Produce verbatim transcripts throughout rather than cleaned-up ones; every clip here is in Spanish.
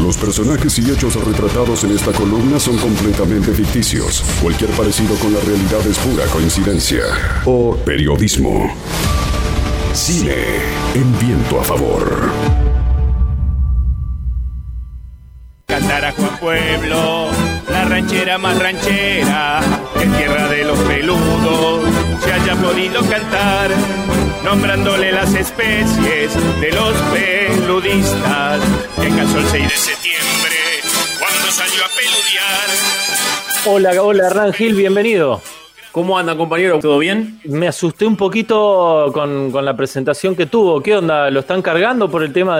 Los personajes y hechos retratados en esta columna son completamente ficticios. Cualquier parecido con la realidad es pura coincidencia o periodismo. Cine en viento a favor. Cantar a Juan Pueblo, la ranchera más ranchera, en tierra de los peludos, se haya podido cantar, nombrándole las especies de los peludistas, que cazó el seis de septiembre, cuando salió a peludear. Hola, hola Hernán Gil, bienvenido. ¿Cómo anda, compañero? ¿Todo bien? Me asusté un poquito con, con la presentación que tuvo. ¿Qué onda? ¿Lo están cargando por el tema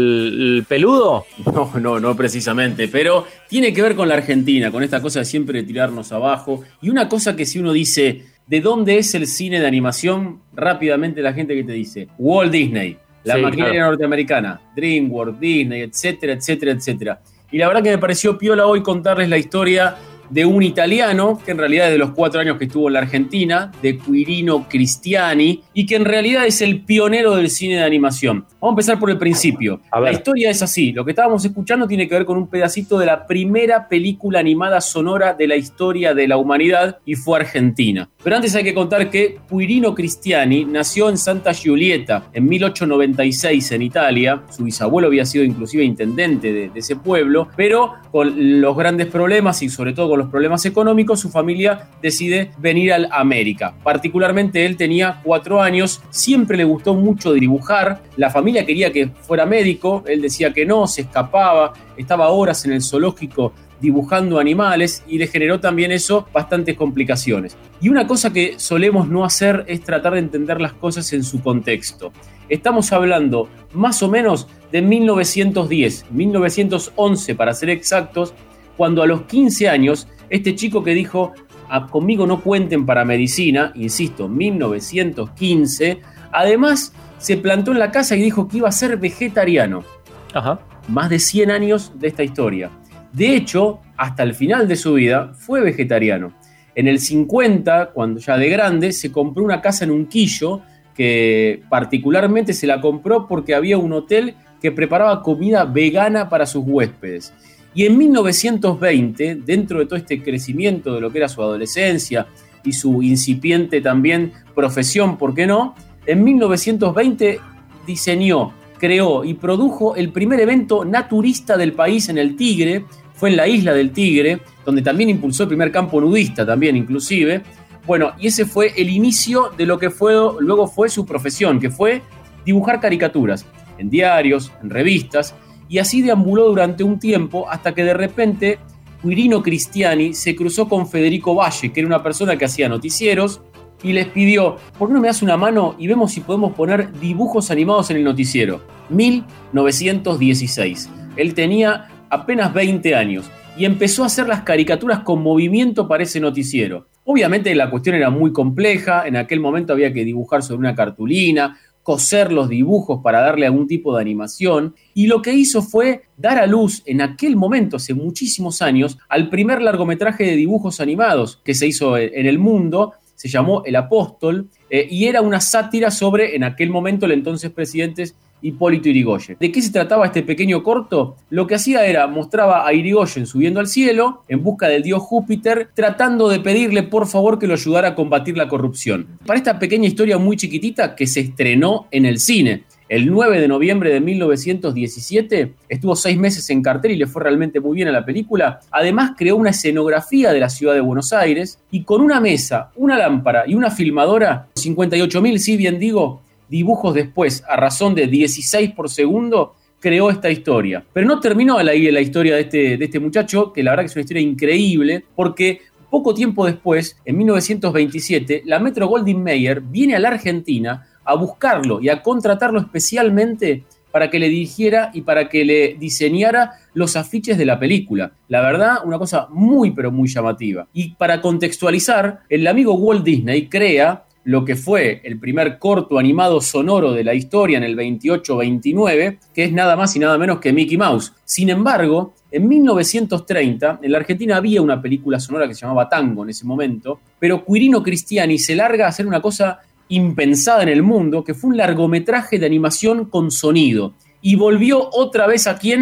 del peludo? No, no, no precisamente, pero tiene que ver con la Argentina, con esta cosa de siempre tirarnos abajo. Y una cosa que si uno dice, ¿de dónde es el cine de animación? Rápidamente la gente que te dice, Walt Disney, la sí, maquinaria claro. norteamericana, DreamWorks, Disney, etcétera, etcétera, etcétera. Y la verdad que me pareció piola hoy contarles la historia de un italiano, que en realidad es de los cuatro años que estuvo en la Argentina, de Quirino Cristiani, y que en realidad es el pionero del cine de animación. Vamos a empezar por el principio. La historia es así, lo que estábamos escuchando tiene que ver con un pedacito de la primera película animada sonora de la historia de la humanidad, y fue Argentina. Pero antes hay que contar que Quirino Cristiani nació en Santa Giulietta en mil ochocientos noventa y seis en Italia. Su bisabuelo había sido inclusive intendente de, de ese pueblo, pero con los grandes problemas y sobre todo con los problemas económicos, su familia decide venir a América. Particularmente él tenía cuatro años, siempre le gustó mucho dibujar, la familia quería que fuera médico, él decía que no, se escapaba, estaba horas en el zoológico dibujando animales y le generó también eso bastantes complicaciones. Y una cosa que solemos no hacer es tratar de entender las cosas en su contexto. Estamos hablando más o menos de mil novecientos diez, mil novecientos once para ser exactos, cuando a los quince años, este chico que dijo, ah, conmigo no cuenten para medicina, insisto, mil novecientos quince, además se plantó en la casa y dijo que iba a ser vegetariano. Ajá. Más de cien años de esta historia. De hecho, hasta el final de su vida fue vegetariano. En el cincuenta, cuando ya de grande, se compró una casa en Unquillo, que particularmente se la compró porque había un hotel que preparaba comida vegana para sus huéspedes. Y en mil novecientos veinte, dentro de todo este crecimiento de lo que era su adolescencia y su incipiente también profesión, ¿por qué no? En mil novecientos veinte diseñó, creó y produjo el primer evento naturista del país en el Tigre, fue en la isla del Tigre, donde también impulsó el primer campo nudista también inclusive. Bueno, y ese fue el inicio de lo que fue, luego fue su profesión, que fue dibujar caricaturas en diarios, en revistas, y así deambuló durante un tiempo hasta que de repente Quirino Cristiani se cruzó con Federico Valle, que era una persona que hacía noticieros, y les pidió, ¿por qué no me das una mano y vemos si podemos poner dibujos animados en el noticiero? mil novecientos dieciséis. Él tenía apenas veinte años y empezó a hacer las caricaturas con movimiento para ese noticiero. Obviamente la cuestión era muy compleja, en aquel momento había que dibujar sobre una cartulina, coser los dibujos para darle algún tipo de animación, y lo que hizo fue dar a luz en aquel momento, hace muchísimos años, al primer largometraje de dibujos animados que se hizo en el mundo. Se llamó El Apóstol, eh, y era una sátira sobre, en aquel momento, el entonces presidente Hipólito Yrigoyen. ¿De qué se trataba este pequeño corto? Lo que hacía era, mostraba a Yrigoyen subiendo al cielo, en busca del dios Júpiter, tratando de pedirle por favor que lo ayudara a combatir la corrupción. Para esta pequeña historia muy chiquitita que se estrenó en el cine el nueve de noviembre de mil novecientos diecisiete, estuvo seis meses en cartel y le fue realmente muy bien a la película. Además creó una escenografía de la ciudad de Buenos Aires y con una mesa, una lámpara y una filmadora, cincuenta y ocho mil, si bien digo, dibujos después, a razón de dieciséis por segundo, creó esta historia. Pero no terminó la, la historia de este, de este muchacho, que la verdad que es una historia increíble, porque poco tiempo después, en mil novecientos veintisiete, la Metro-Goldwyn-Mayer viene a la Argentina a buscarlo y a contratarlo especialmente para que le dirigiera y para que le diseñara los afiches de la película. La verdad, una cosa muy pero muy llamativa. Y para contextualizar, el amigo Walt Disney crea lo que fue el primer corto animado sonoro de la historia en el veintiocho veintinueve, que es nada más y nada menos que Mickey Mouse. Sin embargo, en mil novecientos treinta, en la Argentina había una película sonora que se llamaba Tango en ese momento, pero Quirino Cristiani se larga a hacer una cosa impensada en el mundo, que fue un largometraje de animación con sonido. Y volvió otra vez a quién?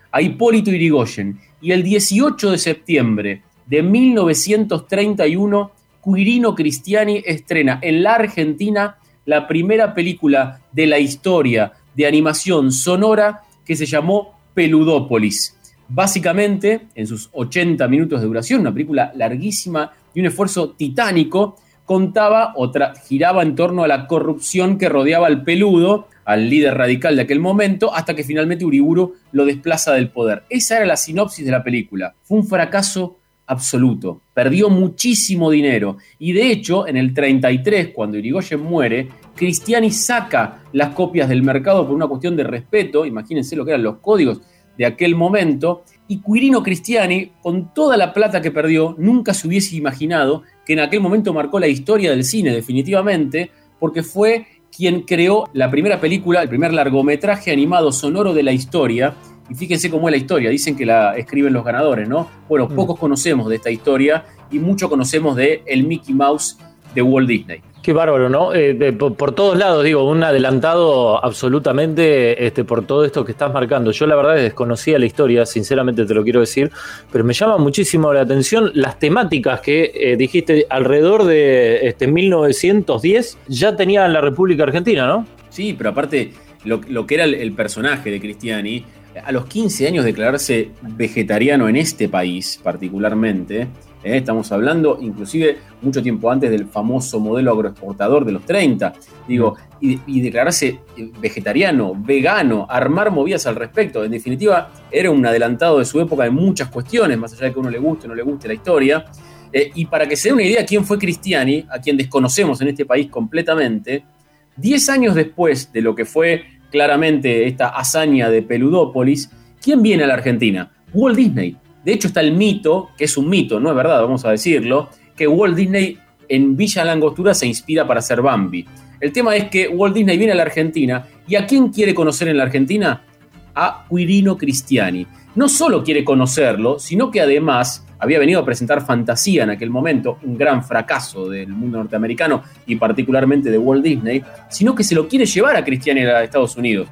a Hipólito Yrigoyen. Y el dieciocho de septiembre de mil novecientos treinta y uno, Quirino Cristiani estrena en la Argentina la primera película de la historia de animación sonora que se llamó Peludópolis. Básicamente, en sus ochenta minutos de duración, una película larguísima y un esfuerzo titánico, contaba o tra- giraba en torno a la corrupción que rodeaba al Peludo, al líder radical de aquel momento, hasta que finalmente Uriburu lo desplaza del poder. Esa era la sinopsis de la película. Fue un fracaso absoluto. Perdió muchísimo dinero. Y de hecho, en el treinta y tres, cuando Yrigoyen muere, Cristiani saca las copias del mercado por una cuestión de respeto. Imagínense lo que eran los códigos de aquel momento. Y Quirino Cristiani, con toda la plata que perdió, nunca se hubiese imaginado que en aquel momento marcó la historia del cine, definitivamente, porque fue quien creó la primera película, el primer largometraje animado sonoro de la historia. Y fíjense cómo es la historia, dicen que la escriben los ganadores, ¿no? Bueno, mm. pocos conocemos de esta historia y mucho conocemos de el Mickey Mouse de Walt Disney. Qué bárbaro, ¿no? Eh, de, por, por todos lados, digo, un adelantado absolutamente este, por todo esto que estás marcando. Yo la verdad desconocía la historia, sinceramente te lo quiero decir, pero me llama muchísimo la atención las temáticas que eh, dijiste alrededor de este, mil novecientos diez, ya tenía en la República Argentina, ¿no? Sí, pero aparte, lo, lo que era el, el personaje de Cristiani, a los quince años declararse vegetariano en este país particularmente, eh, estamos hablando inclusive mucho tiempo antes del famoso modelo agroexportador de los treinta, digo, y, y declararse vegetariano, vegano, armar movidas al respecto, en definitiva era un adelantado de su época en muchas cuestiones, más allá de que a uno le guste o no le guste la historia, eh, y para que se dé una idea quién fue Cristiani, a quien desconocemos en este país completamente, diez años después de lo que fue claramente esta hazaña de Peludópolis, ¿quién viene a la Argentina? Walt Disney. De hecho está el mito, que es un mito, no es verdad, vamos a decirlo, que Walt Disney en Villa La Angostura se inspira para hacer Bambi. El tema es que Walt Disney viene a la Argentina, ¿y a quién quiere conocer en la Argentina? A Quirino Cristiani. No solo quiere conocerlo, sino que además había venido a presentar Fantasía en aquel momento, un gran fracaso del mundo norteamericano y particularmente de Walt Disney, sino que se lo quiere llevar a Cristiani a Estados Unidos.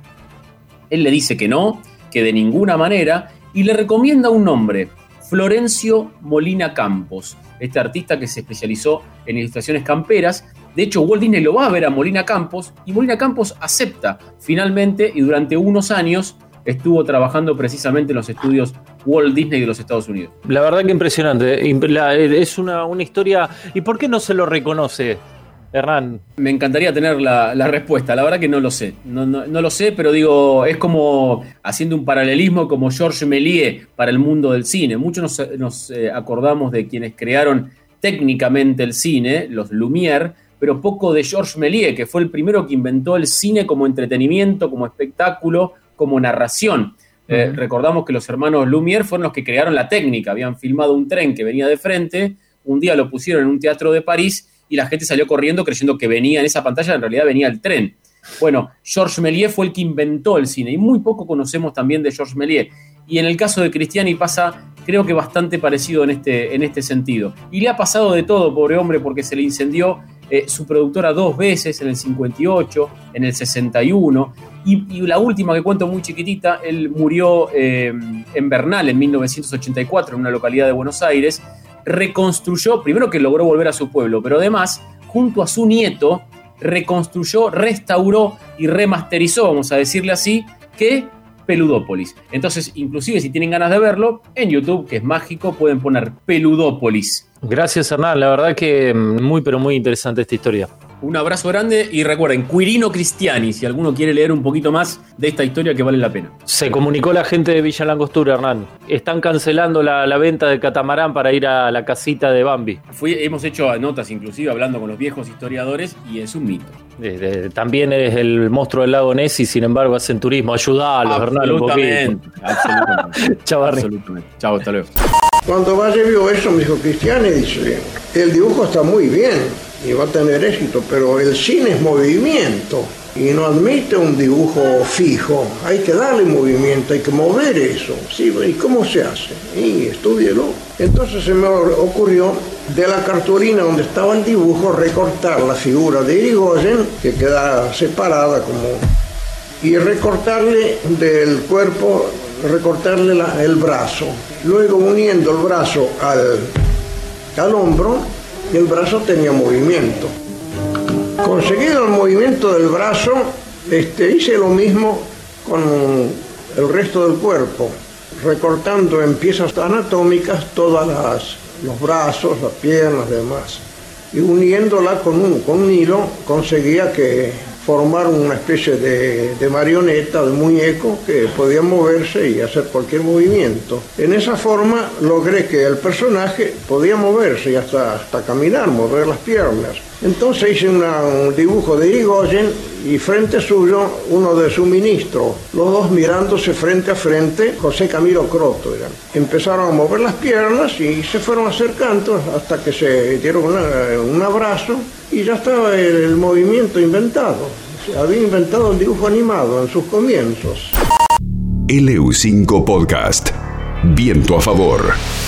Él le dice que no, que de ninguna manera, y le recomienda un nombre, Florencio Molina Campos, este artista que se especializó en ilustraciones camperas. De hecho, Walt Disney lo va a ver a Molina Campos, y Molina Campos acepta finalmente, y durante unos años estuvo trabajando precisamente en los estudios Walt Disney de los Estados Unidos. La verdad que impresionante. Es una, una historia... ¿Y por qué no se lo reconoce, Hernán? Me encantaría tener la, la respuesta. La verdad que no lo sé. No, no, no lo sé, pero digo, es como haciendo un paralelismo como Georges Méliès para el mundo del cine. Muchos nos, nos eh, acordamos de quienes crearon técnicamente el cine, los Lumière, pero poco de Georges Méliès, que fue el primero que inventó el cine como entretenimiento, como espectáculo, como narración. Uh-huh. Eh, recordamos que los hermanos Lumière fueron los que crearon la técnica, habían filmado un tren que venía de frente, un día lo pusieron en un teatro de París y la gente salió corriendo creyendo que venía en esa pantalla, en realidad venía el tren. Bueno, Georges Méliès fue el que inventó el cine y muy poco conocemos también de Georges Méliès. Y en el caso de Cristiani pasa, creo que bastante parecido en este, en este sentido. Y le ha pasado de todo, pobre hombre, porque se le incendió eh, su productora dos veces, en el cincuenta y ocho, en el sesenta y uno, y, y la última que cuento muy chiquitita, él murió eh, en Bernal en mil novecientos ochenta y cuatro, en una localidad de Buenos Aires, reconstruyó, primero que logró volver a su pueblo, pero además, junto a su nieto, reconstruyó, restauró y remasterizó, vamos a decirle así, que Peludópolis. Entonces, inclusive si tienen ganas de verlo, en YouTube, que es mágico, pueden poner Peludópolis. Gracias, Hernán, la verdad que muy pero muy interesante esta historia. Un abrazo grande y recuerden, Quirino Cristiani, si alguno quiere leer un poquito más de esta historia que vale la pena. Se comunicó la gente de Villa La Angostura, Hernán. Están cancelando la, la venta de catamarán para ir a la casita de Bambi. Fui, hemos hecho notas inclusive hablando con los viejos historiadores y es un mito. De, de, también eres el monstruo del lago Ness y sin embargo hacen turismo. Ayudalo, Hernán, un poquito. Absolutamente. Chao, Barry. Absolutamente. Chao, hasta luego. Cuando Valle vio eso, me dijo, Cristiani, dice, el dibujo está muy bien y va a tener éxito, pero el cine es movimiento y no admite un dibujo fijo. Hay que darle movimiento, hay que mover eso. Sí, ¿y cómo se hace? Y estúdielo. Entonces se me ocurrió de la cartulina donde estaba el dibujo recortar la figura de Yrigoyen, que queda separada como... y recortarle del cuerpo recortarle la, el brazo, luego uniendo el brazo al, al hombro, y el brazo tenía movimiento. Conseguido el movimiento del brazo, este, hice lo mismo con el resto del cuerpo, recortando en piezas anatómicas todas las, los brazos, las piernas, demás, y uniéndola con un, con un hilo conseguía que formar una especie de, de marioneta, de muñeco que podía moverse y hacer cualquier movimiento. En esa forma logré que el personaje podía moverse y hasta, hasta caminar, mover las piernas. Entonces hice una, un dibujo de Irigoyen y frente suyo uno de su ministro, los dos mirándose frente a frente, José Camilo Croto eran. Empezaron a mover las piernas y se fueron acercando hasta que se dieron una, un abrazo y ya estaba el, el movimiento inventado. O sea, había inventado el dibujo animado en sus comienzos. L U cinco Podcast. Viento a favor.